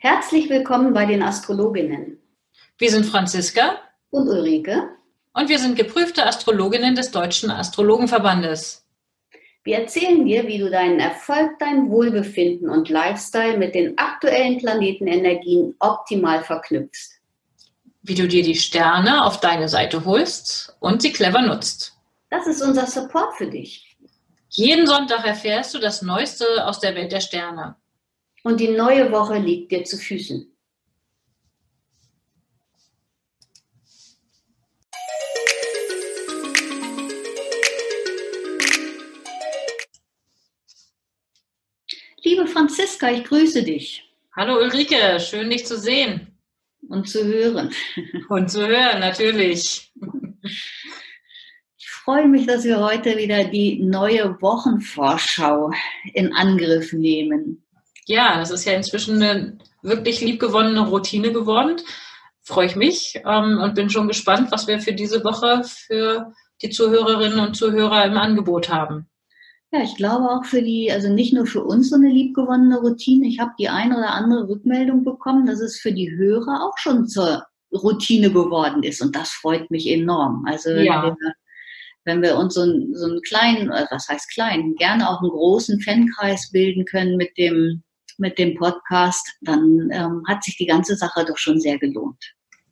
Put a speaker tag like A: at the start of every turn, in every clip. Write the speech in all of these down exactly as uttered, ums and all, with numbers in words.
A: Herzlich willkommen bei den Astrologinnen.
B: Wir sind Franziska
A: und Ulrike
B: und wir sind geprüfte Astrologinnen des Deutschen Astrologenverbandes.
A: Wir erzählen dir, wie du deinen Erfolg, dein Wohlbefinden und Lifestyle mit den aktuellen Planetenenergien optimal verknüpfst.
B: Wie du dir die Sterne auf deine Seite holst und sie clever nutzt.
A: Das ist unser Support für dich.
B: Jeden Sonntag erfährst du das Neueste aus der Welt der Sterne.
A: Und die neue Woche liegt dir zu Füßen. Liebe Franziska, ich grüße dich.
B: Hallo Ulrike, schön dich zu sehen.
A: Und zu hören.
B: Und zu hören, natürlich.
A: Ich freue mich, dass wir heute wieder die neue Wochenvorschau in Angriff nehmen.
B: Ja, das ist ja inzwischen eine wirklich liebgewonnene Routine geworden. Freue ich mich ähm, und bin schon gespannt, was wir für diese Woche für die Zuhörerinnen und Zuhörer im Angebot haben.
A: Ja, ich glaube auch für die, also nicht nur für uns so eine liebgewonnene Routine. Ich habe die eine oder andere Rückmeldung bekommen, dass es für die Hörer auch schon zur Routine geworden ist. Und das freut mich enorm. Also
B: ja.
A: wenn, wir, wenn wir uns so, ein, so einen kleinen, was heißt klein, gerne auch einen großen Fankreis bilden können mit dem, mit dem Podcast, dann ähm, hat sich die ganze Sache doch schon sehr gelohnt.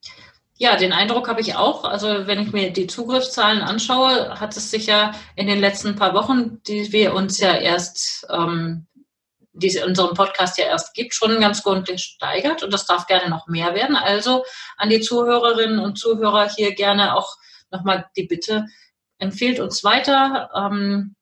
B: Ja, den Eindruck habe ich auch. Also wenn ich mir die Zugriffszahlen anschaue, hat es sich ja in den letzten paar Wochen, die wir uns ja erst, ähm, die es in unserem Podcast ja erst gibt, schon ganz gut gesteigert. Und das darf gerne noch mehr werden. Also an die Zuhörerinnen und Zuhörer hier gerne auch nochmal die Bitte, empfehlt uns weiter, ähm,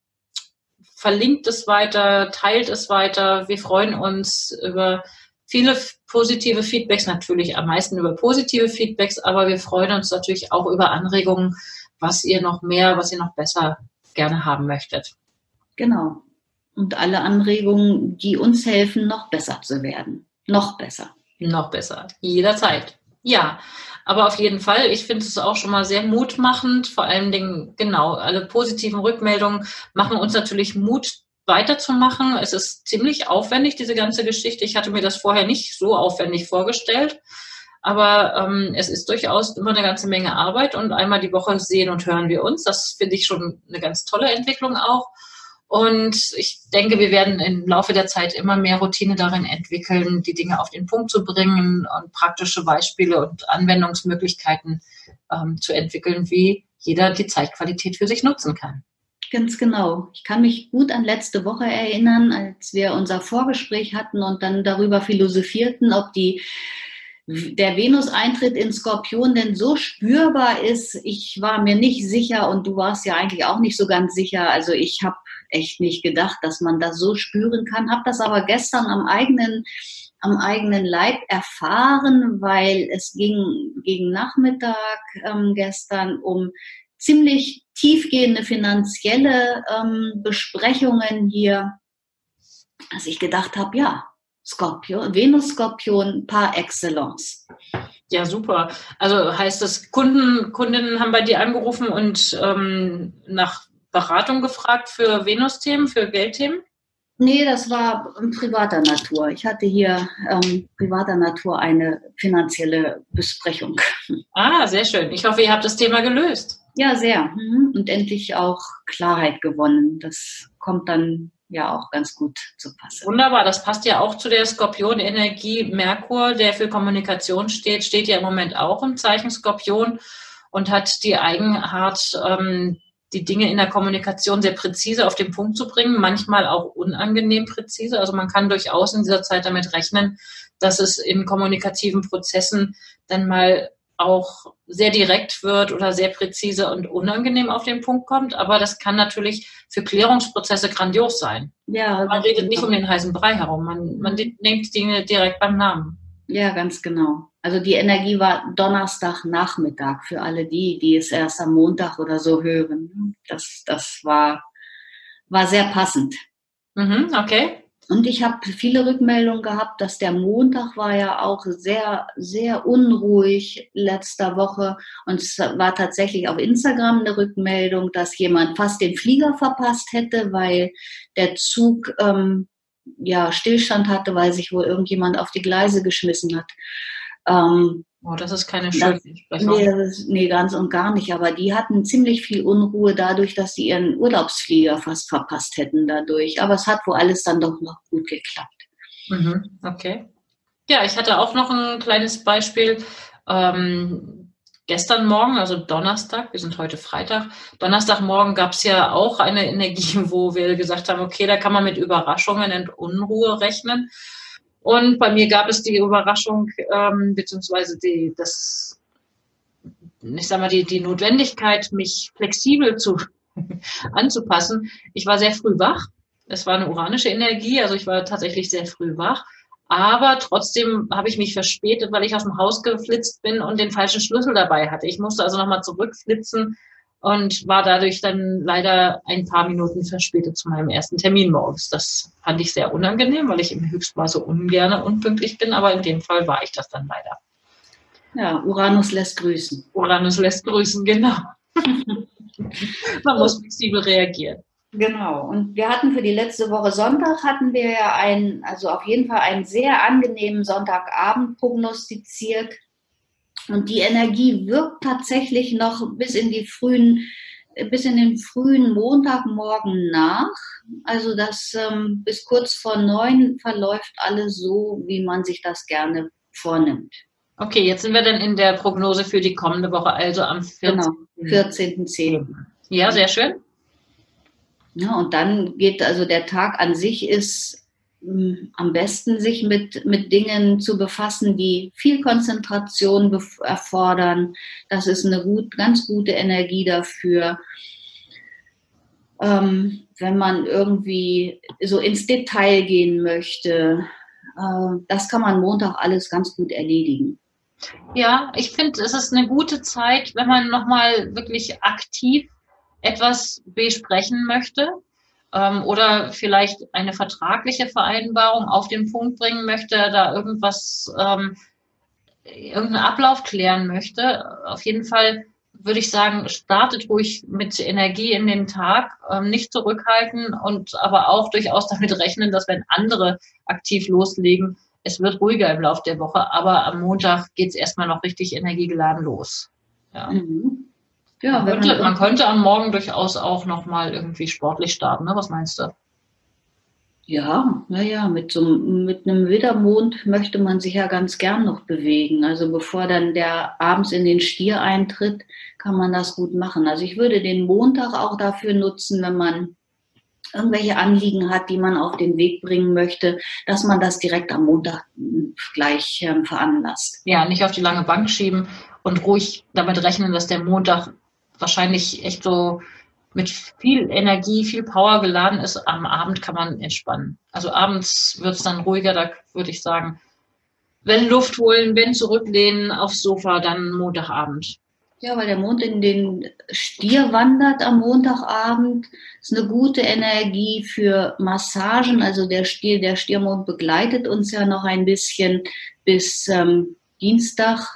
B: verlinkt es weiter, teilt es weiter. Wir freuen uns über viele positive Feedbacks, natürlich am meisten über positive Feedbacks, aber wir freuen uns natürlich auch über Anregungen, was ihr noch mehr, was ihr noch besser gerne haben möchtet.
A: Genau. Und alle Anregungen, die uns helfen, noch besser zu werden. Noch besser.
B: Noch besser. Jederzeit. Ja, aber auf jeden Fall, ich finde es auch schon mal sehr mutmachend. Vor allen Dingen, genau, alle positiven Rückmeldungen machen uns natürlich Mut, weiterzumachen. Es ist ziemlich aufwendig, diese ganze Geschichte. Ich hatte mir das vorher nicht so aufwendig vorgestellt, aber ähm, es ist durchaus immer eine ganze Menge Arbeit und einmal die Woche sehen und hören wir uns. Das finde ich schon eine ganz tolle Entwicklung auch. Und ich denke, wir werden im Laufe der Zeit immer mehr Routine darin entwickeln, die Dinge auf den Punkt zu bringen und praktische Beispiele und Anwendungsmöglichkeiten ähm, zu entwickeln, wie jeder die Zeitqualität für sich nutzen kann.
A: Ganz genau. Ich kann mich gut an letzte Woche erinnern, als wir unser Vorgespräch hatten und dann darüber philosophierten, ob die, der Venus-Eintritt in Skorpion denn so spürbar ist. Ich war mir nicht sicher und du warst ja eigentlich auch nicht so ganz sicher. Also ich habe echt nicht gedacht, dass man das so spüren kann. Habe das aber gestern am eigenen, am eigenen Leib erfahren, weil es ging gegen Nachmittag ähm, gestern um ziemlich tiefgehende finanzielle ähm, Besprechungen hier, dass ich gedacht habe, ja, Skorpion, Venus-Skorpion par excellence.
B: Ja, super. Also heißt das, Kunden, Kundinnen haben bei dir angerufen und ähm, nach Beratung gefragt für Venus-Themen, für Geldthemen?
A: Nee, das war privater Natur. Ich hatte hier ähm, privater Natur eine finanzielle Besprechung.
B: Ah, sehr schön. Ich hoffe, ihr habt das Thema gelöst.
A: Ja, sehr. Und endlich auch Klarheit gewonnen. Das kommt dann ja auch ganz gut zu passen.
B: Wunderbar, das passt ja auch zu der Skorpion-Energie. Merkur, der für Kommunikation steht, steht ja im Moment auch im Zeichen Skorpion und hat die Eigenart, ähm, die Dinge in der Kommunikation sehr präzise auf den Punkt zu bringen, manchmal auch unangenehm präzise. Also man kann durchaus in dieser Zeit damit rechnen, dass es in kommunikativen Prozessen dann mal auch sehr direkt wird oder sehr präzise und unangenehm auf den Punkt kommt. Aber das kann natürlich für Klärungsprozesse grandios sein.
A: Ja,
B: man redet nicht um den heißen Brei herum. Man, man nimmt Dinge direkt beim Namen.
A: Ja, ganz genau. Also die Energie war Donnerstagnachmittag für alle die, die es erst am Montag oder so hören. Das, das war, war sehr passend.
B: Mhm, okay.
A: Und ich habe viele Rückmeldungen gehabt, dass der Montag war ja auch sehr, sehr unruhig letzter Woche. Und es war tatsächlich auf Instagram eine Rückmeldung, dass jemand fast den Flieger verpasst hätte, weil der Zug ähm, ja, Stillstand hatte, weil sich wohl irgendjemand auf die Gleise geschmissen hat. Ähm,
B: oh, das ist keine schöne
A: Besprechung. Nee, das ist, nee, ganz und gar nicht. Aber die hatten ziemlich viel Unruhe dadurch, dass sie ihren Urlaubsflieger fast verpasst hätten dadurch. Aber es hat wohl alles dann doch noch gut geklappt.
B: Mhm, okay. Ja, ich hatte auch noch ein kleines Beispiel. Ähm, gestern Morgen, also Donnerstag, wir sind heute Freitag, Donnerstagmorgen gab es ja auch eine Energie, wo wir gesagt haben, okay, da kann man mit Überraschungen und Unruhe rechnen. Und bei mir gab es die Überraschung, ähm, beziehungsweise die, das, ich sag mal, die, die Notwendigkeit, mich flexibel zu anzupassen. Ich war sehr früh wach. Es war eine uranische Energie, also ich war tatsächlich sehr früh wach. Aber trotzdem habe ich mich verspätet, weil ich aus dem Haus geflitzt bin und den falschen Schlüssel dabei hatte. Ich musste also nochmal zurückflitzen und war dadurch dann leider ein paar Minuten verspätet zu meinem ersten Termin morgens. Das fand ich sehr unangenehm, weil ich im Höchstmaße ungern unpünktlich bin, aber in dem Fall war ich das dann leider.
A: Ja, Uranus lässt grüßen.
B: Uranus lässt grüßen, genau. Man muss flexibel reagieren.
A: Genau. Und wir hatten für die letzte Woche Sonntag, hatten wir ja einen, also auf jeden Fall einen sehr angenehmen Sonntagabend prognostiziert. Und die Energie wirkt tatsächlich noch bis in die frühen, bis in den frühen Montagmorgen nach. Also das ähm, bis kurz vor neun verläuft alles so, wie man sich das gerne vornimmt.
B: Okay, jetzt sind wir dann in der Prognose für die kommende Woche, also am
A: vierzehnten zehnten
B: Ja, sehr schön.
A: Ja, und dann geht, also der Tag an sich ist mh, am besten, sich mit, mit Dingen zu befassen, die viel Konzentration bef- erfordern. Das ist eine gut, ganz gute Energie dafür. Ähm, wenn man irgendwie so ins Detail gehen möchte, äh, das kann man Montag alles ganz gut erledigen.
B: Ja, ich finde, es ist eine gute Zeit, wenn man nochmal wirklich aktiv etwas besprechen möchte ähm, oder vielleicht eine vertragliche Vereinbarung auf den Punkt bringen möchte, da irgendwas, ähm, irgendeinen Ablauf klären möchte. Auf jeden Fall würde ich sagen, startet ruhig mit Energie in den Tag, ähm, nicht zurückhalten und aber auch durchaus damit rechnen, dass wenn andere aktiv loslegen, es wird ruhiger im Laufe der Woche, aber am Montag geht es erstmal noch richtig energiegeladen los. Ja.
A: Mhm. Ja,
B: man,
A: wenn
B: könnte,
A: man,
B: man könnte am Morgen durchaus auch nochmal irgendwie sportlich starten, ne? Was meinst du?
A: ja, naja, mit so mit einem Widdermond möchte man sich ja ganz gern noch bewegen. Also bevor dann der abends in den Stier eintritt, kann man das gut machen. Also ich würde den Montag auch dafür nutzen, wenn man irgendwelche Anliegen hat, die man auf den Weg bringen möchte, dass man das direkt am Montag gleich ähm, veranlasst.
B: Ja, nicht auf die lange Bank schieben und ruhig damit rechnen, dass der Montag wahrscheinlich echt so mit viel Energie, viel Power geladen ist. Am Abend kann man entspannen. Also abends wird es dann ruhiger, da würde ich sagen, wenn Luft holen, wenn zurücklehnen aufs Sofa, dann Montagabend.
A: Ja, weil der Mond in den Stier wandert am Montagabend. Das ist eine gute Energie für Massagen. Also der Stier, der Stiermond begleitet uns ja noch ein bisschen bis ähm, Dienstag.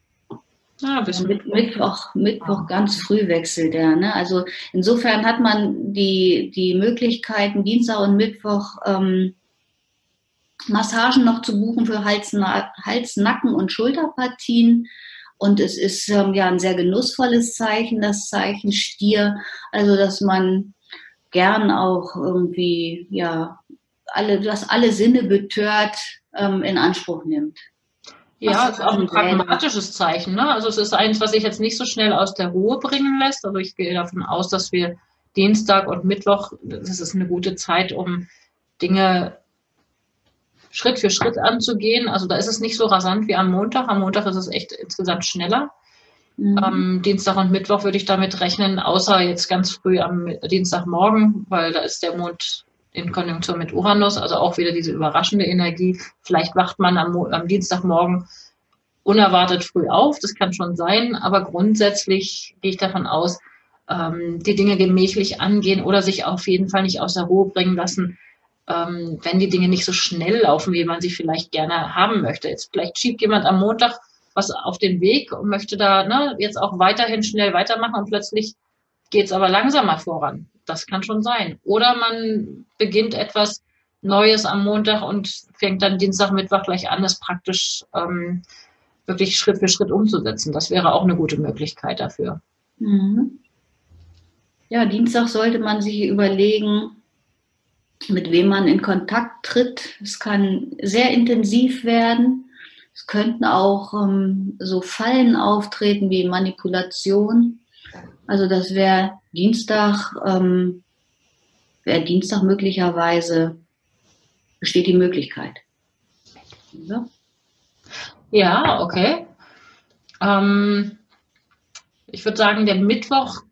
A: Ja, bis mit, Mittwoch, Mittwoch ganz früh wechselt er. Ne? Also insofern hat man die, die Möglichkeiten, Dienstag und Mittwoch ähm, Massagen noch zu buchen für Hals, Hals, Nacken und Schulterpartien. Und es ist ähm, ja ein sehr genussvolles Zeichen, das Zeichen Stier. Also dass man gern auch irgendwie ja alle, dass alle Sinne betört ähm, in Anspruch nimmt.
B: Ja, es ist auch ein pragmatisches Zeichen, ne? Also es ist eins, was sich jetzt nicht so schnell aus der Ruhe bringen lässt. Also ich gehe davon aus, dass wir Dienstag und Mittwoch, das ist eine gute Zeit, um Dinge Schritt für Schritt anzugehen. Also da ist es nicht so rasant wie am Montag. Am Montag ist es echt insgesamt schneller. Mhm. Am Dienstag und Mittwoch würde ich damit rechnen, außer jetzt ganz früh am Dienstagmorgen, weil da ist der Mond in Konjunktion mit Uranus, also auch wieder diese überraschende Energie. Vielleicht wacht man am, am Dienstagmorgen unerwartet früh auf, das kann schon sein, aber grundsätzlich gehe ich davon aus, ähm, die Dinge gemächlich angehen oder sich auf jeden Fall nicht aus der Ruhe bringen lassen, ähm, wenn die Dinge nicht so schnell laufen, wie man sie vielleicht gerne haben möchte. Jetzt vielleicht schiebt jemand am Montag was auf den Weg und möchte da ne, jetzt auch weiterhin schnell weitermachen und plötzlich geht es aber langsamer voran. Das kann schon sein. Oder man beginnt etwas Neues am Montag und fängt dann Dienstag, Mittwoch gleich an, das praktisch ähm, wirklich Schritt für Schritt umzusetzen. Das wäre auch eine gute Möglichkeit dafür.
A: Mhm. Ja, Dienstag sollte man sich überlegen, mit wem man in Kontakt tritt. Es kann sehr intensiv werden. Es könnten auch ähm, so Fallen auftreten wie Manipulation. Also das wäre Dienstag, ähm, wäre Dienstag möglicherweise, besteht die Möglichkeit. Ja,
B: ja okay. Ähm, ich würde sagen, der Mittwoch,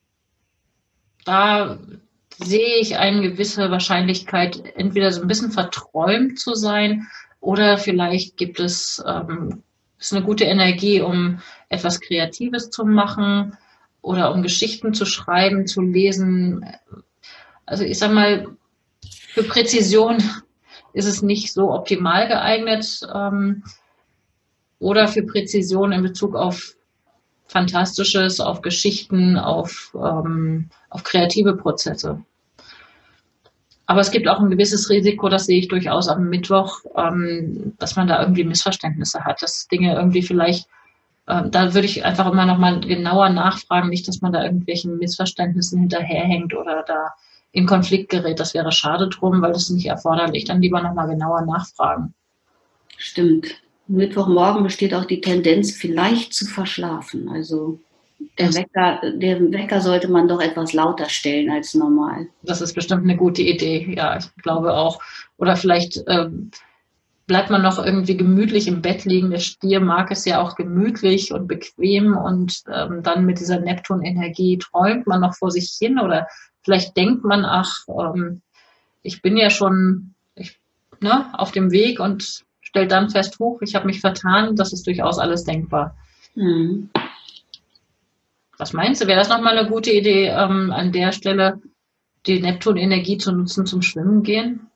B: da sehe ich eine gewisse Wahrscheinlichkeit, entweder so ein bisschen verträumt zu sein oder vielleicht gibt es ähm, ist eine gute Energie, um etwas Kreatives zu machen oder um Geschichten zu schreiben, zu lesen. Also ich sag mal, für Präzision ist es nicht so optimal geeignet ähm, oder für Präzision in Bezug auf Fantastisches, auf Geschichten, auf, ähm, auf kreative Prozesse. Aber es gibt auch ein gewisses Risiko, das sehe ich durchaus am Mittwoch, ähm, dass man da irgendwie Missverständnisse hat, dass Dinge irgendwie vielleicht, äh, da würde ich einfach immer nochmal genauer nachfragen, nicht, dass man da irgendwelchen Missverständnissen hinterherhängt oder da in Konflikt gerät. Das wäre schade drum, weil das ist nicht erforderlich. Dann lieber nochmal genauer nachfragen.
A: stimmt. Mittwochmorgen besteht auch die Tendenz, vielleicht zu verschlafen. Also der Wecker, der Wecker sollte man doch etwas lauter stellen als normal.
B: Das ist bestimmt eine gute Idee, ja, ich glaube auch. Oder vielleicht ähm, bleibt man noch irgendwie gemütlich im Bett liegen. Der Stier mag es ja auch gemütlich und bequem und ähm, dann mit dieser Neptun-Energie träumt man noch vor sich hin oder vielleicht denkt man, ach, ähm, ich bin ja schon ich, ne, auf dem Weg und stellt dann fest, hoch, ich habe mich vertan. Das ist durchaus alles denkbar.
A: Mhm.
B: Was meinst du, wäre das nochmal eine gute Idee, ähm, an der Stelle die Neptun-Energie zu nutzen zum Schwimmen gehen?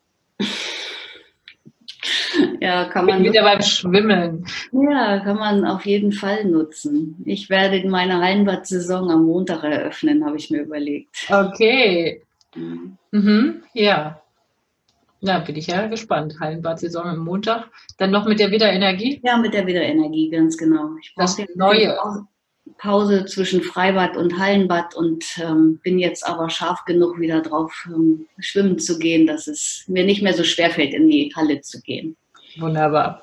A: Ja, kann man.
B: Wieder beim Schwimmen.
A: Ja, kann man auf jeden Fall nutzen. Ich werde meine Hallenbad-Saison am Montag eröffnen, habe ich mir überlegt.
B: Okay.
A: Mhm.
B: Mhm, ja. Na, bin ich ja gespannt. Hallenbad-Saison am Montag. Dann noch mit der Wiederenergie?
A: Ja, mit der Wiederenergie, ganz genau. Ich
B: Das
A: brauche jetzt
B: Neue.
A: Pause, Pause zwischen Freibad und Hallenbad und ähm, bin jetzt aber scharf genug, wieder drauf ähm, schwimmen zu gehen, dass es mir nicht mehr so schwerfällt, in die Halle zu gehen.
B: Wunderbar.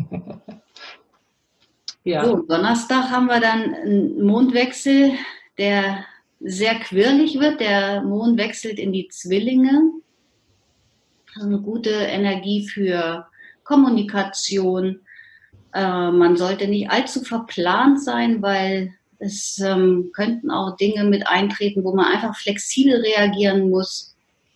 B: Ja.
A: So, Donnerstag haben wir dann einen Mondwechsel, der sehr quirlig wird. Der Mond wechselt in die Zwillinge. Eine gute Energie für Kommunikation. Äh, man sollte nicht allzu verplant sein, weil es ähm, könnten auch Dinge mit eintreten, wo man einfach flexibel reagieren muss.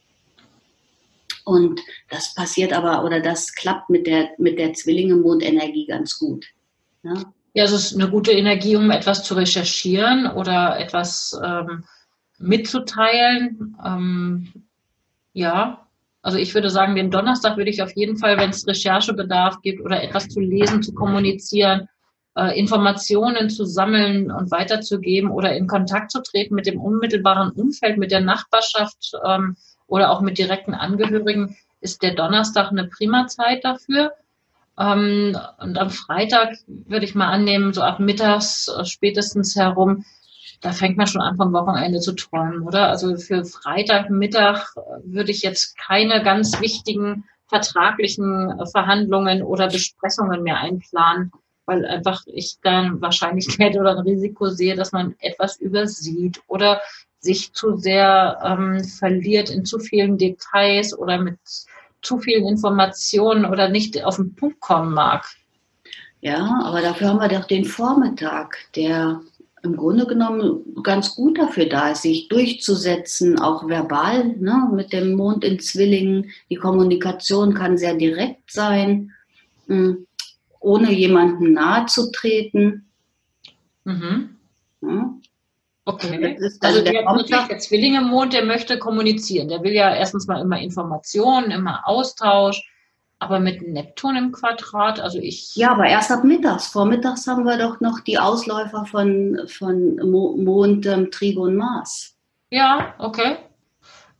A: Und das passiert aber, oder das klappt mit der, mit der Zwillinge-Mondenergie ganz gut. Ja?
B: Ja, es ist eine gute Energie, um etwas zu recherchieren oder etwas ähm, mitzuteilen. Ähm, ja, also ich würde sagen, den Donnerstag würde ich auf jeden Fall, wenn es Recherchebedarf gibt oder etwas zu lesen, zu kommunizieren, äh, Informationen zu sammeln und weiterzugeben oder in Kontakt zu treten mit dem unmittelbaren Umfeld, mit der Nachbarschaft ähm, oder auch mit direkten Angehörigen, ist der Donnerstag eine prima Zeit dafür. Ähm, und am Freitag würde ich mal annehmen, so ab mittags äh, spätestens herum, da fängt man schon an, vom Wochenende zu träumen, oder? Also für Freitagmittag würde ich jetzt keine ganz wichtigen vertraglichen Verhandlungen oder Besprechungen mehr einplanen, weil einfach ich da eine Wahrscheinlichkeit oder ein Risiko sehe, dass man etwas übersieht oder sich zu sehr ähm, verliert in zu vielen Details oder mit zu vielen Informationen oder nicht auf den Punkt kommen mag.
A: Ja, aber dafür haben wir doch den Vormittag, der im Grunde genommen ganz gut dafür da ist, sich durchzusetzen, auch verbal, ne, mit dem Mond in Zwillingen. Die Kommunikation kann sehr direkt sein, ohne jemandem nahe zu treten.
B: Mhm.
A: Ja.
B: Okay.
A: Ist
B: also
A: also der,
B: der, natürlich, der Zwillinge-Mond, der möchte kommunizieren. Der will ja erstens mal immer Informationen, immer Austausch. Aber mit Neptun im Quadrat, also ich...
A: Ja, aber erst ab mittags. Vormittags haben wir doch noch die Ausläufer von, von Mond, ähm, Trigon, Mars.
B: Ja, okay.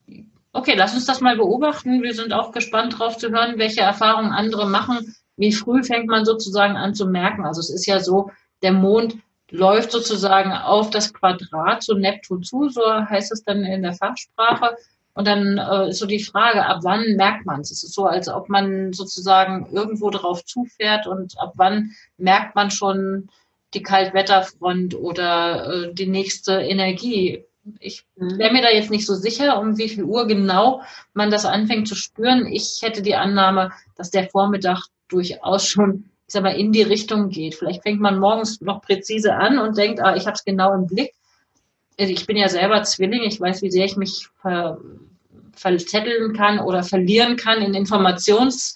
B: Okay, lass uns das mal beobachten. Wir sind auch gespannt drauf zu hören, welche Erfahrungen andere machen. Wie früh fängt man sozusagen an zu merken? Also es ist ja so, der Mond läuft sozusagen auf das Quadrat zu Neptun zu, so heißt es dann in der Fachsprache. Und dann äh, ist so die Frage, ab wann merkt man es? Es ist so, als ob man sozusagen irgendwo drauf zufährt und ab wann merkt man schon die Kaltwetterfront oder äh, die nächste Energie. Ich wäre mir da jetzt nicht so sicher, um wie viel Uhr genau man das anfängt zu spüren. Ich hätte die Annahme, dass der Vormittag durchaus schon, ich sag mal, in die Richtung geht. Vielleicht fängt man morgens noch präzise an und denkt, ah, ich habe es genau im Blick. Ich bin ja selber Zwilling, ich weiß, wie sehr ich mich ver, verzetteln kann oder verlieren kann in Informationswut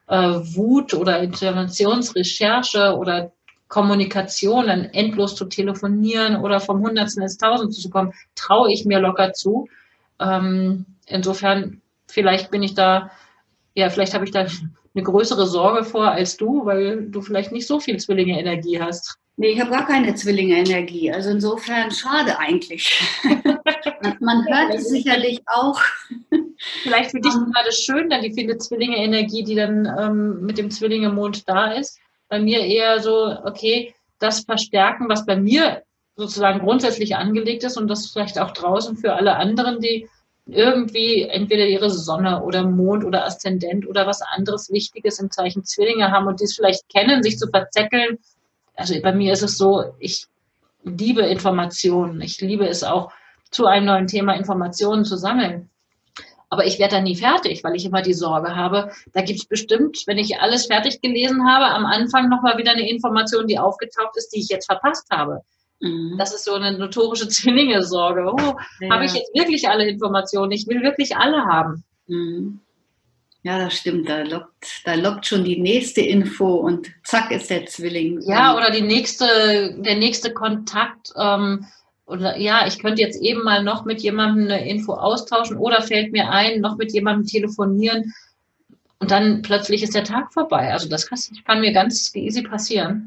B: äh, oder Informationsrecherche oder Kommunikation, dann endlos zu telefonieren oder vom Hundertsten ins Tausendste zu kommen, traue ich mir locker zu. Ähm, insofern, vielleicht bin ich da, ja, vielleicht habe ich da eine größere Sorge vor als du, weil du vielleicht nicht so viel Zwillinge-Energie hast.
A: Nee, ich habe gar keine Zwillinge-Energie. Also insofern schade eigentlich. man, man hört es sicherlich auch.
B: Vielleicht für dich gerade schön, dann die viele Zwillinge-Energie, die dann ähm, mit dem Zwillinge-Mond da ist. Bei mir eher so, okay, das verstärken, was bei mir sozusagen grundsätzlich angelegt ist und das vielleicht auch draußen für alle anderen, die irgendwie entweder ihre Sonne oder Mond oder Aszendent oder was anderes Wichtiges im Zeichen Zwillinge haben und die es vielleicht kennen, sich zu verzetteln. Also bei mir ist es so, ich liebe Informationen. Ich liebe es auch, zu einem neuen Thema Informationen zu sammeln. Aber ich werde da nie fertig, weil ich immer die Sorge habe, da gibt es bestimmt, wenn ich alles fertig gelesen habe, am Anfang nochmal wieder eine Information, die aufgetaucht ist, die ich jetzt verpasst habe. Mhm. Das ist so eine notorische Zwillinge-Sorge. Oh, ja. Habe ich jetzt wirklich alle Informationen? Ich will wirklich alle haben.
A: Mhm. Ja, das stimmt. Da lockt, da lockt schon die nächste Info und zack ist der Zwilling.
B: Ja, oder die nächste, der nächste Kontakt. Ähm, oder ja, ich könnte jetzt eben mal noch mit jemandem eine Info austauschen oder fällt mir ein, noch mit jemandem telefonieren und dann plötzlich ist der Tag vorbei. Also das kann, kann mir ganz easy passieren.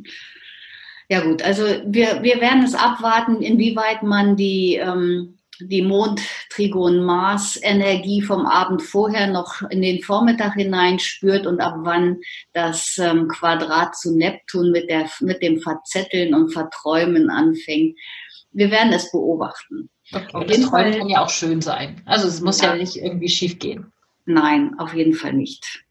A: Ja gut, also wir, wir werden es abwarten, inwieweit man die, ähm, die Mond-Trigon-Mars-Energie vom Abend vorher noch in den Vormittag hinein spürt und ab wann das ähm, Quadrat zu Neptun mit, der, mit dem Verzetteln und Verträumen anfängt. Wir werden es beobachten.
B: Okay, und das Träumen kann ja auch schön sein. Also es muss ja, ja nicht irgendwie schief gehen.
A: Nein, auf jeden Fall nicht.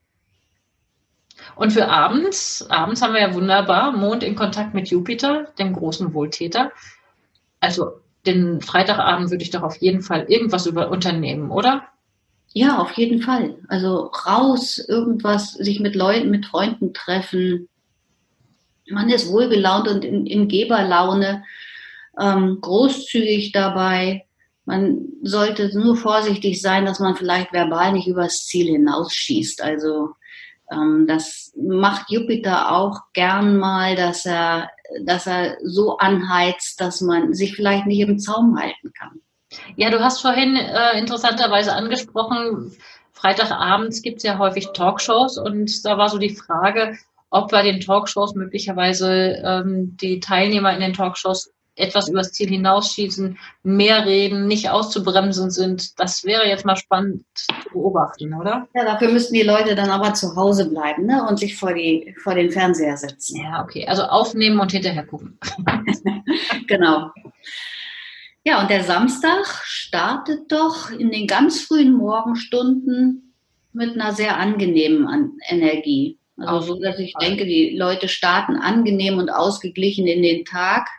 B: Und für abends, abends haben wir ja wunderbar Mond in Kontakt mit Jupiter, dem großen Wohltäter. Also den Freitagabend würde ich doch auf jeden Fall irgendwas über unternehmen, oder?
A: Ja, auf jeden Fall. Also raus, irgendwas, sich mit Leuten, mit Freunden treffen. Man ist wohlgelaunt und in, in Geberlaune. Ähm, großzügig dabei. Man sollte nur vorsichtig sein, dass man vielleicht verbal nicht übers Ziel hinausschießt. Also ähm, das macht Jupiter auch gern mal, dass er, dass er so anheizt, dass man sich vielleicht nicht im Zaum halten kann.
B: Ja, du hast vorhin äh, interessanterweise angesprochen, Freitagabends gibt es ja häufig Talkshows und da war so die Frage, ob bei den Talkshows möglicherweise ähm, die Teilnehmer in den Talkshows etwas übers Ziel hinausschießen, mehr reden, nicht auszubremsen sind. Das wäre jetzt mal spannend zu beobachten, oder?
A: Ja, dafür müssten die Leute dann aber zu Hause bleiben, ne? Und sich vor, die, vor den Fernseher setzen.
B: Ja, okay. Also aufnehmen und hinterher gucken.
A: Genau. Ja, und der Samstag startet doch in den ganz frühen Morgenstunden mit einer sehr angenehmen Energie. Also so, dass ich denke, die Leute starten angenehm und ausgeglichen in den Tag,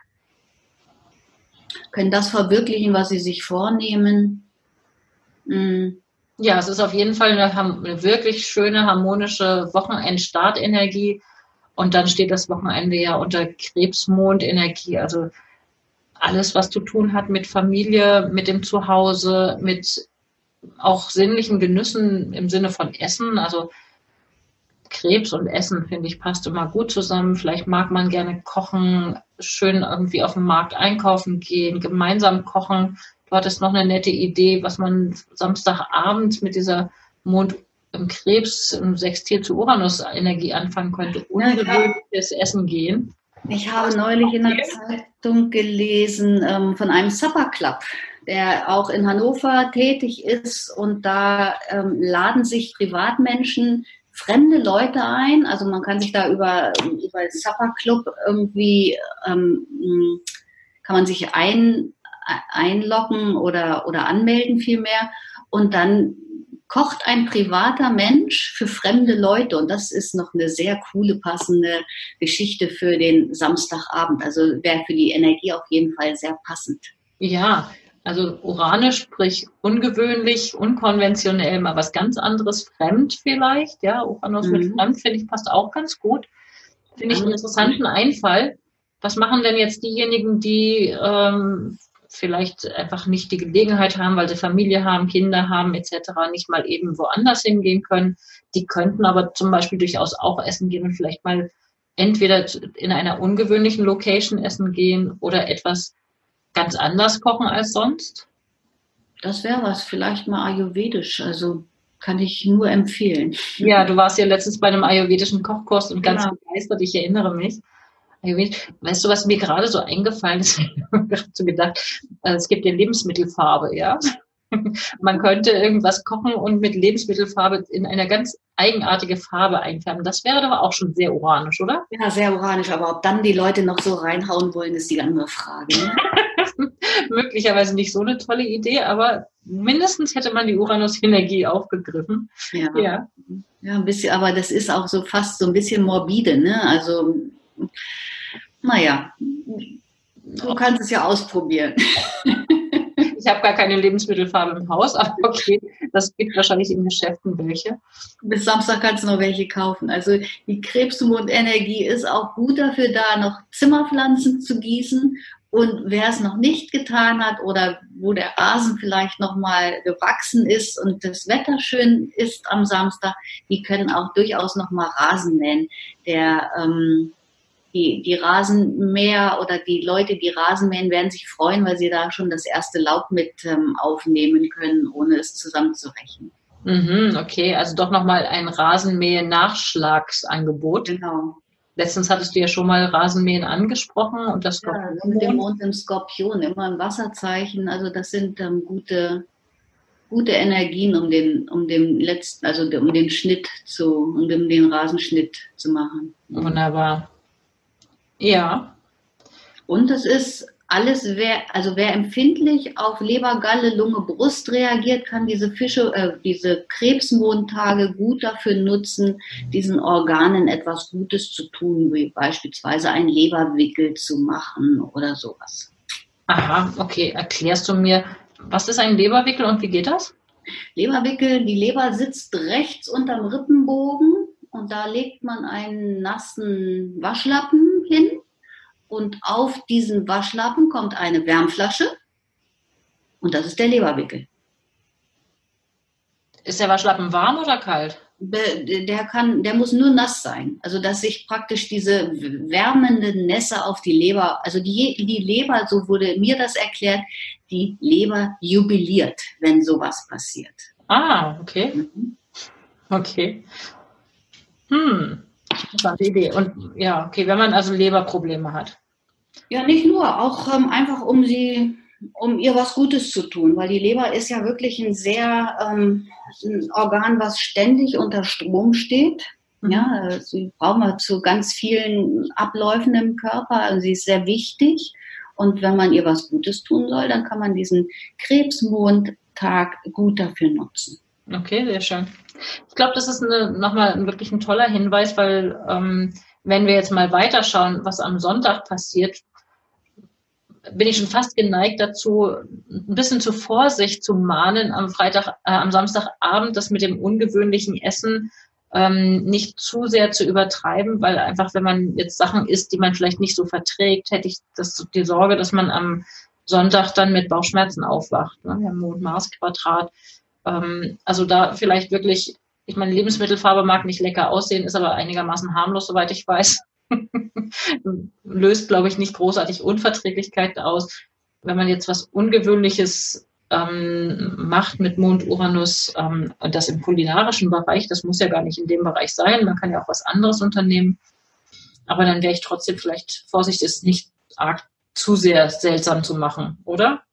A: können das verwirklichen, was sie sich vornehmen. Mhm.
B: Ja, es ist auf jeden Fall eine, eine wirklich schöne, harmonische Wochenendstartenergie. Und dann steht das Wochenende ja unter Krebsmondenergie. Also alles, was zu tun hat mit Familie, mit dem Zuhause, mit auch sinnlichen Genüssen im Sinne von Essen. Also Krebs und Essen, finde ich, passt immer gut zusammen. Vielleicht mag man gerne kochen, schön irgendwie auf dem Markt einkaufen gehen, gemeinsam kochen. Du hattest noch eine nette Idee, was man Samstagabend mit dieser Mond im Krebs im Sextil zu Uranus-Energie anfangen könnte. Ungewöhnliches Essen gehen.
A: Ich habe neulich in der Zeitung gelesen ähm, von einem Supper Club. der auch in Hannover tätig ist. Und da ähm, laden sich Privatmenschen fremde Leute ein. Also man kann sich da über, über Supper Club irgendwie, ähm, kann man sich ein, einloggen oder, oder anmelden vielmehr. Und dann kocht ein privater Mensch für fremde Leute. Und das ist noch eine sehr coole, passende Geschichte für den Samstagabend. Also wäre für die Energie auf jeden Fall sehr passend.
B: Ja, also uranisch, sprich ungewöhnlich, unkonventionell, mal was ganz anderes, fremd vielleicht. Ja, Uranus mhm. mit fremd, finde ich, passt auch ganz gut. Finde ich einen interessanten Einfall. Was machen denn jetzt diejenigen, die ähm, vielleicht einfach nicht die Gelegenheit haben, weil sie Familie haben, Kinder haben et cetera, nicht mal eben woanders hingehen können? Die könnten aber zum Beispiel durchaus auch essen gehen und vielleicht mal entweder in einer ungewöhnlichen Location essen gehen oder etwas ganz anders kochen als sonst?
A: Das wäre was, vielleicht mal ayurvedisch, also kann ich nur empfehlen.
B: Ja, du warst ja letztens bei einem ayurvedischen Kochkurs und ganz genau. begeistert, ich erinnere mich. Weißt du, was mir gerade so eingefallen ist? Ich habe gerade so gedacht, es gibt ja Lebensmittelfarbe, ja. Man könnte irgendwas kochen und mit Lebensmittelfarbe in eine ganz eigenartige Farbe einfärben. Das wäre doch auch schon sehr uranisch, oder?
A: Ja, sehr uranisch, aber ob dann die Leute noch so reinhauen wollen, ist die andere Frage. Ne?
B: Möglicherweise nicht so eine tolle Idee, aber mindestens hätte man die Uranus-Energie aufgegriffen.
A: Ja. ja, ja, ein bisschen, aber das ist auch so fast so ein bisschen morbide, ne? Also, naja, du kannst es ja ausprobieren.
B: Ich habe gar keine Lebensmittelfarbe im Haus, aber okay, das gibt wahrscheinlich in Geschäften welche.
A: Bis Samstag kannst du noch welche kaufen. Also die Krebsmondenergie ist auch gut dafür da, noch Zimmerpflanzen zu gießen. Und wer es noch nicht getan hat oder wo der Rasen vielleicht noch mal gewachsen ist und das Wetter schön ist am Samstag, die können auch durchaus noch mal Rasen mähen. Der ähm, Die, die Rasenmäher oder die Leute, die Rasen mähen, werden sich freuen, weil sie da schon das erste Laub mit ähm, aufnehmen können, ohne es zusammenzurechnen.
B: Mhm, okay, also doch nochmal ein Rasenmähen-Nachschlagsangebot.
A: Genau.
B: Letztens hattest du ja schon mal Rasenmähen angesprochen und das
A: ja, mit dem Mond im Skorpion, immer im Wasserzeichen. Also das sind ähm, gute, gute Energien, um den, um den letzten, also um den Schnitt zu, um den Rasenschnitt zu machen.
B: Wunderbar. Ja.
A: Und es ist alles, wer, also wer empfindlich auf Leber, Galle, Lunge, Brust reagiert, kann diese Fische, äh, diese Krebsmondtage gut dafür nutzen, diesen Organen etwas Gutes zu tun, wie beispielsweise einen Leberwickel zu machen oder sowas.
B: Aha, okay. Erklärst du mir, was ist ein Leberwickel und wie geht das?
A: Leberwickel, die Leber sitzt rechts unterm Rippenbogen und da legt man einen nassen Waschlappen hin. Und auf diesen Waschlappen kommt eine Wärmflasche und das ist der Leberwickel.
B: Ist der Waschlappen warm oder kalt?
A: Der kann, der muss nur nass sein. Also dass sich praktisch diese wärmende Nässe auf die Leber, also die, die Leber, so wurde mir das erklärt, die Leber jubiliert, wenn sowas passiert.
B: Ah, okay. Mhm. Okay. Hm. Interessante Idee. Und ja, okay, wenn man also Leberprobleme hat.
A: Ja, nicht nur, auch ähm, einfach um sie, um ihr was Gutes zu tun, weil die Leber ist ja wirklich ein sehr ähm, ein Organ, was ständig unter Strom steht. Mhm. Ja, sie brauchen wir zu ganz vielen Abläufen im Körper. Also sie ist sehr wichtig. Und wenn man ihr was Gutes tun soll, dann kann man diesen Krebsmondtag gut dafür nutzen.
B: Okay, sehr schön. Ich glaube, das ist eine, nochmal ein, wirklich ein toller Hinweis, weil ähm, wenn wir jetzt mal weiterschauen, was am Sonntag passiert, bin ich schon fast geneigt dazu, ein bisschen zur Vorsicht zu mahnen am Freitag, äh, am Samstagabend, das mit dem ungewöhnlichen Essen ähm, nicht zu sehr zu übertreiben, weil einfach, wenn man jetzt Sachen isst, die man vielleicht nicht so verträgt, hätte ich das, die Sorge, dass man am Sonntag dann mit Bauchschmerzen aufwacht. Ne? Wir haben Mond-Mars-Quadrat. Ähm, also da vielleicht wirklich, ich meine, Lebensmittelfarbe mag nicht lecker aussehen, ist aber einigermaßen harmlos, soweit ich weiß. Löst, glaube ich, nicht großartig Unverträglichkeiten aus. Wenn man jetzt was Ungewöhnliches ähm, macht mit Mond, Uranus, ähm, und das im kulinarischen Bereich, das muss ja gar nicht in dem Bereich sein, man kann ja auch was anderes unternehmen, aber dann wäre ich trotzdem vielleicht vorsichtig, es nicht arg zu sehr seltsam zu machen, oder?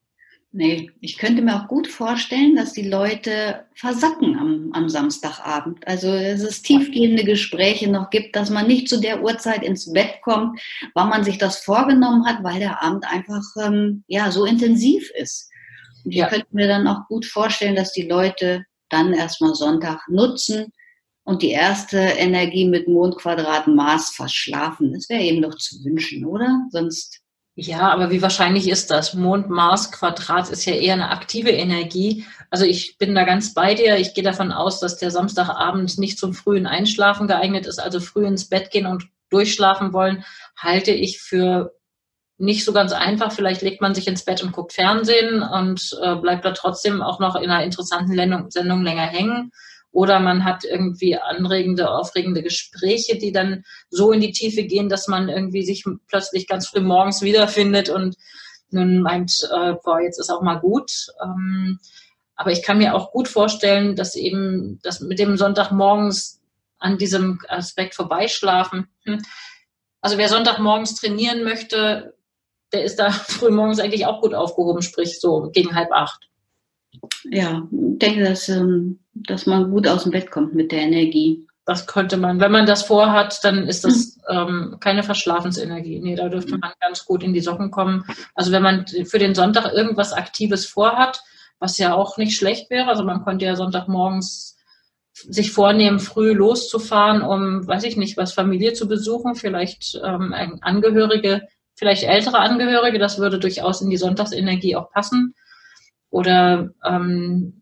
A: Nee, ich könnte mir auch gut vorstellen, dass die Leute versacken am, am Samstagabend. Also dass es tiefgehende Gespräche noch gibt, dass man nicht zu der Uhrzeit ins Bett kommt, weil man sich das vorgenommen hat, weil der Abend einfach ähm, ja so intensiv ist. Und ich
B: Ja.
A: könnte mir dann auch gut vorstellen, dass die Leute dann erstmal Sonntag nutzen und die erste Energie mit Mondquadrat Mars verschlafen. Das wäre eben doch zu wünschen, oder? Sonst
B: Ja, aber wie wahrscheinlich ist das? Mond-Mars-Quadrat ist ja eher eine aktive Energie. Also ich bin da ganz bei dir. Ich gehe davon aus, dass der Samstagabend nicht zum frühen Einschlafen geeignet ist, also früh ins Bett gehen und durchschlafen wollen, halte ich für nicht so ganz einfach. Vielleicht legt man sich ins Bett und guckt Fernsehen und äh, bleibt da trotzdem auch noch in einer interessanten Sendung, Sendung länger hängen. Oder man hat irgendwie anregende, aufregende Gespräche, die dann so in die Tiefe gehen, dass man irgendwie sich plötzlich ganz früh morgens wiederfindet und nun meint, äh, boah, jetzt ist auch mal gut. Ähm, aber ich kann mir auch gut vorstellen, dass eben das mit dem Sonntagmorgens an diesem Aspekt vorbeischlafen. Hm. Also wer Sonntagmorgens trainieren möchte, der ist da frühmorgens eigentlich auch gut aufgehoben, sprich so gegen halb acht.
A: ja, ich denke, dass, ähm, dass man gut aus dem Bett kommt mit der Energie.
B: Das könnte man, wenn man das vorhat, dann ist das ähm, keine Verschlafensenergie. Nee, da dürfte man ganz gut in die Socken kommen. Also wenn man für den Sonntag irgendwas Aktives vorhat, was ja auch nicht schlecht wäre, also man könnte ja Sonntagmorgens sich vornehmen, früh loszufahren, um, weiß ich nicht, was Familie zu besuchen, vielleicht ähm, Angehörige, vielleicht ältere Angehörige, das würde durchaus in die Sonntagsenergie auch passen. Oder ähm,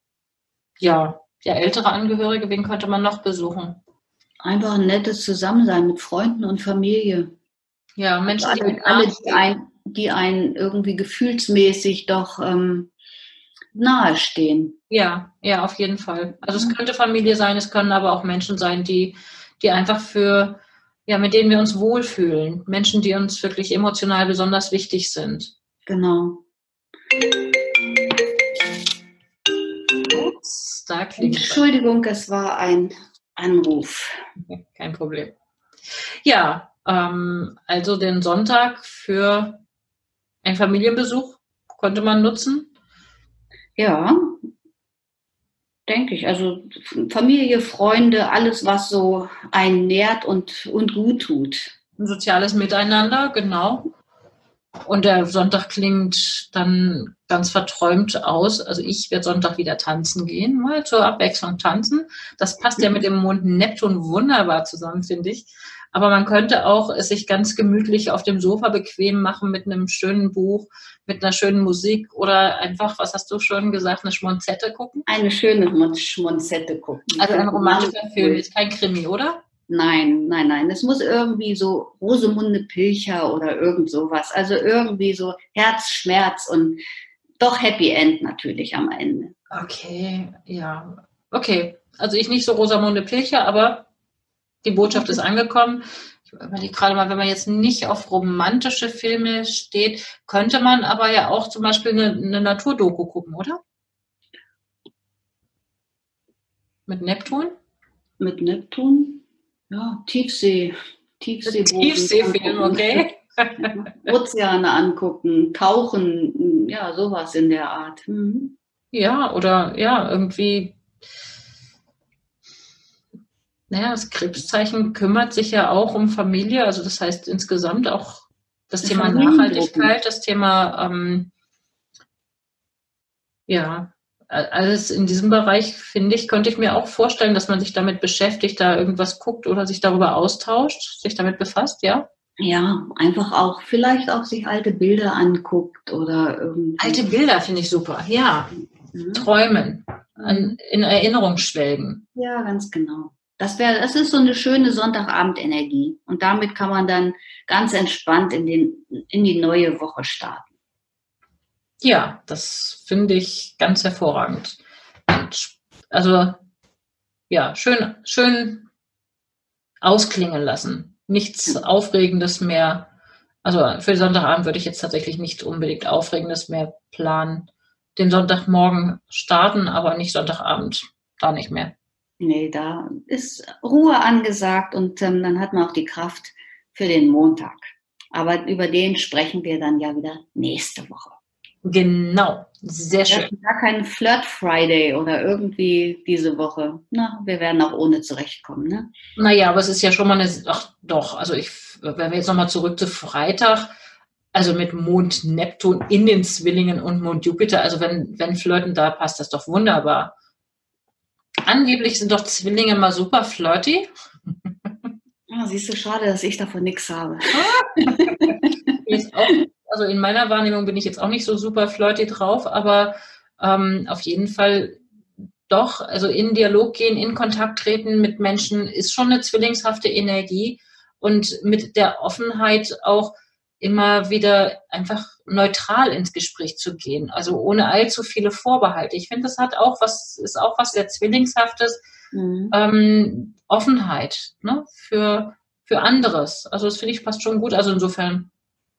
B: ja, ja, ältere Angehörige, wen könnte man noch besuchen?
A: Einfach ein nettes Zusammensein mit Freunden und Familie.
B: Ja, Menschen,
A: also
B: die
A: alle, alle die, ein, die einen irgendwie gefühlsmäßig doch ähm, nahestehen.
B: Ja, ja, auf jeden Fall. Also es könnte Familie sein, es können aber auch Menschen sein, die, die einfach für, ja, mit denen wir uns wohlfühlen. Menschen, die uns wirklich emotional besonders wichtig sind.
A: Genau.
B: Ups, da klingt
A: Entschuldigung, es war ein Anruf.
B: Kein Problem. Ja, ähm, also den Sonntag für einen Familienbesuch konnte man nutzen.
A: Ja, denke ich. Also Familie, Freunde, alles, was so einen nährt und, und gut tut.
B: Ein soziales Miteinander, genau. Und der Sonntag klingt dann ganz verträumt aus. Also ich werde Sonntag wieder tanzen gehen, mal zur Abwechslung tanzen. Das passt ja mit dem Mond Neptun wunderbar zusammen, finde ich. Aber man könnte auch es sich ganz gemütlich auf dem Sofa bequem machen mit einem schönen Buch, mit einer schönen Musik oder einfach, was hast du schon gesagt, eine Schmonzette gucken?
A: Eine schöne Schmonzette gucken.
B: Also ein romantischer Film, ist kein Krimi, oder?
A: Nein, nein, nein. Es muss irgendwie so Rosemunde Pilcher oder irgend sowas. Also irgendwie so Herzschmerz und doch Happy End natürlich am Ende.
B: Okay, ja. Okay, also ich nicht so Rosamunde Pilcher, aber die Botschaft ist angekommen. Ich überlege gerade mal, wenn man jetzt nicht auf romantische Filme steht, könnte man aber ja auch zum Beispiel eine, eine Naturdoku gucken, oder? Mit Neptun?
A: Mit Neptun? Ja, Tiefsee. Tiefseeboden.
B: Tiefseefilm, okay.
A: Ozeane angucken, tauchen, ja, sowas in der Art. Mhm.
B: Ja, oder ja, irgendwie, naja, das Krebszeichen kümmert sich ja auch um Familie, also das heißt insgesamt auch das Thema Nachhaltigkeit, das Thema, ähm, ja, alles in diesem Bereich, finde ich, könnte ich mir auch vorstellen, dass man sich damit beschäftigt, da irgendwas guckt oder sich darüber austauscht, sich damit befasst, ja?
A: Ja, einfach auch, vielleicht auch sich alte Bilder anguckt oder irgendwie.
B: Alte Bilder finde ich super, ja. Mhm. Träumen, an, in Erinnerung schwelgen.
A: Ja, ganz genau. Das wäre, das ist so eine schöne Sonntagabendenergie. Und damit kann man dann ganz entspannt in den, in die neue Woche starten.
B: Ja, das finde ich ganz hervorragend. Also, ja, schön, schön ausklingen lassen. Nichts Aufregendes mehr. Also, für den Sonntagabend würde ich jetzt tatsächlich nicht unbedingt Aufregendes mehr planen. Den Sonntagmorgen starten, aber nicht Sonntagabend. Da nicht mehr.
A: Nee, da ist Ruhe angesagt und ähm, dann hat man auch die Kraft für den Montag. Aber über den sprechen wir dann ja wieder nächste Woche.
B: Genau, sehr schön.
A: Wir hatten gar keinen Flirt Friday oder irgendwie diese Woche. Na, wir werden auch ohne zurechtkommen, ne?
B: Naja, aber es ist ja schon mal eine, ach doch, also ich, wenn wir jetzt nochmal zurück zu Freitag, also mit Mond Neptun in den Zwillingen und Mond Jupiter, also wenn, wenn Flirten da passt, das doch wunderbar. Angeblich sind doch Zwillinge mal super flirty.
A: Ah, siehst du, schade, dass ich davon nichts habe.
B: Jetzt auch, also in meiner Wahrnehmung bin ich jetzt auch nicht so super flirty drauf, aber ähm, auf jeden Fall doch, also in Dialog gehen, in Kontakt treten mit Menschen ist schon eine zwillingshafte Energie und mit der Offenheit auch immer wieder einfach neutral ins Gespräch zu gehen, also ohne allzu viele Vorbehalte. Ich finde, das hat auch was, ist auch was sehr Zwillingshaftes, mhm. ähm, Offenheit, ne, für, für anderes. Also das finde ich passt schon gut. Also insofern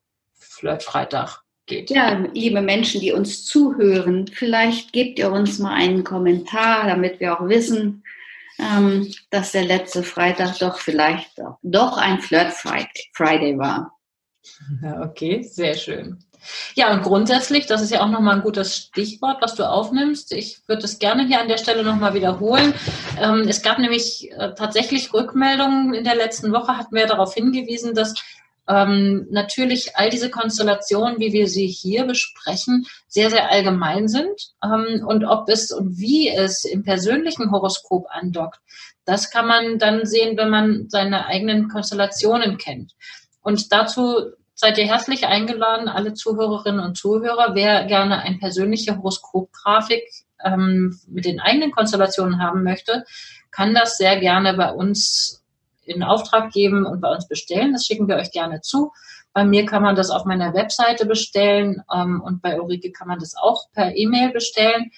B: Flirtfreitag geht.
A: Ja, liebe Menschen, die uns zuhören, vielleicht gebt ihr uns mal einen Kommentar, damit wir auch wissen, ähm, dass der letzte Freitag doch vielleicht doch, doch ein Flirt Friday war.
B: Ja, okay, sehr schön. Ja, und grundsätzlich, das ist ja auch nochmal ein gutes Stichwort, was du aufnimmst. Ich würde es gerne hier an der Stelle nochmal wiederholen. Ähm, es gab nämlich äh, tatsächlich Rückmeldungen in der letzten Woche, hatten wir darauf hingewiesen, dass ähm, natürlich all diese Konstellationen, wie wir sie hier besprechen, sehr, sehr allgemein sind. Ähm, und ob es und wie es im persönlichen Horoskop andockt, das kann man dann sehen, wenn man seine eigenen Konstellationen kennt. Und dazu seid ihr herzlich eingeladen, alle Zuhörerinnen und Zuhörer. Wer gerne eine persönliche Horoskopgrafik ähm, mit den eigenen Konstellationen haben möchte, kann das sehr gerne bei uns in Auftrag geben und bei uns bestellen. Das schicken wir euch gerne zu. Bei mir kann man das auf meiner Webseite bestellen ähm, und bei Ulrike kann man das auch per E-Mail bestellen.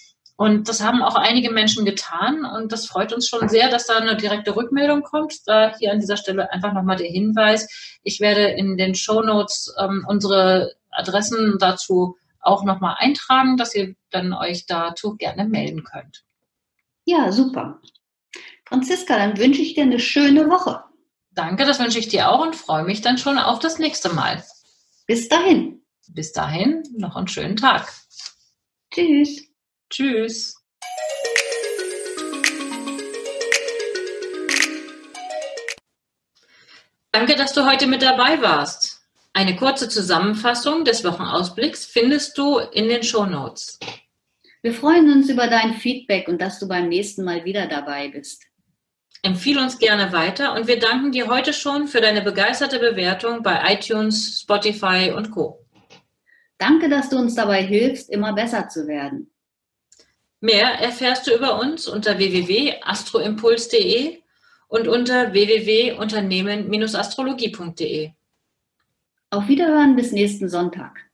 B: Und das haben auch einige Menschen getan und das freut uns schon sehr, dass da eine direkte Rückmeldung kommt. Da hier an dieser Stelle einfach nochmal der Hinweis. Ich werde in den Shownotes ähm, unsere Adressen dazu auch nochmal eintragen, dass ihr dann euch dazu gerne melden könnt.
A: Ja, super. Franziska, dann wünsche ich dir eine schöne Woche.
B: Danke, das wünsche ich dir auch und freue mich dann schon auf das nächste Mal.
A: Bis dahin.
B: Bis dahin, noch einen schönen Tag.
A: Tschüss.
B: Tschüss. Danke, dass du heute mit dabei warst. Eine kurze Zusammenfassung des Wochenausblicks findest du in den Shownotes.
A: Wir freuen uns über dein Feedback und dass du beim nächsten Mal wieder dabei bist.
B: Empfehle uns gerne weiter und wir danken dir heute schon für deine begeisterte Bewertung bei iTunes, Spotify und Co.
A: Danke, dass du uns dabei hilfst, immer besser zu werden.
B: Mehr erfährst du über uns unter w w w punkt astroimpuls punkt d e und unter w w w punkt unternehmen Bindestrich astrologie punkt d e.
A: Auf Wiederhören bis nächsten Sonntag.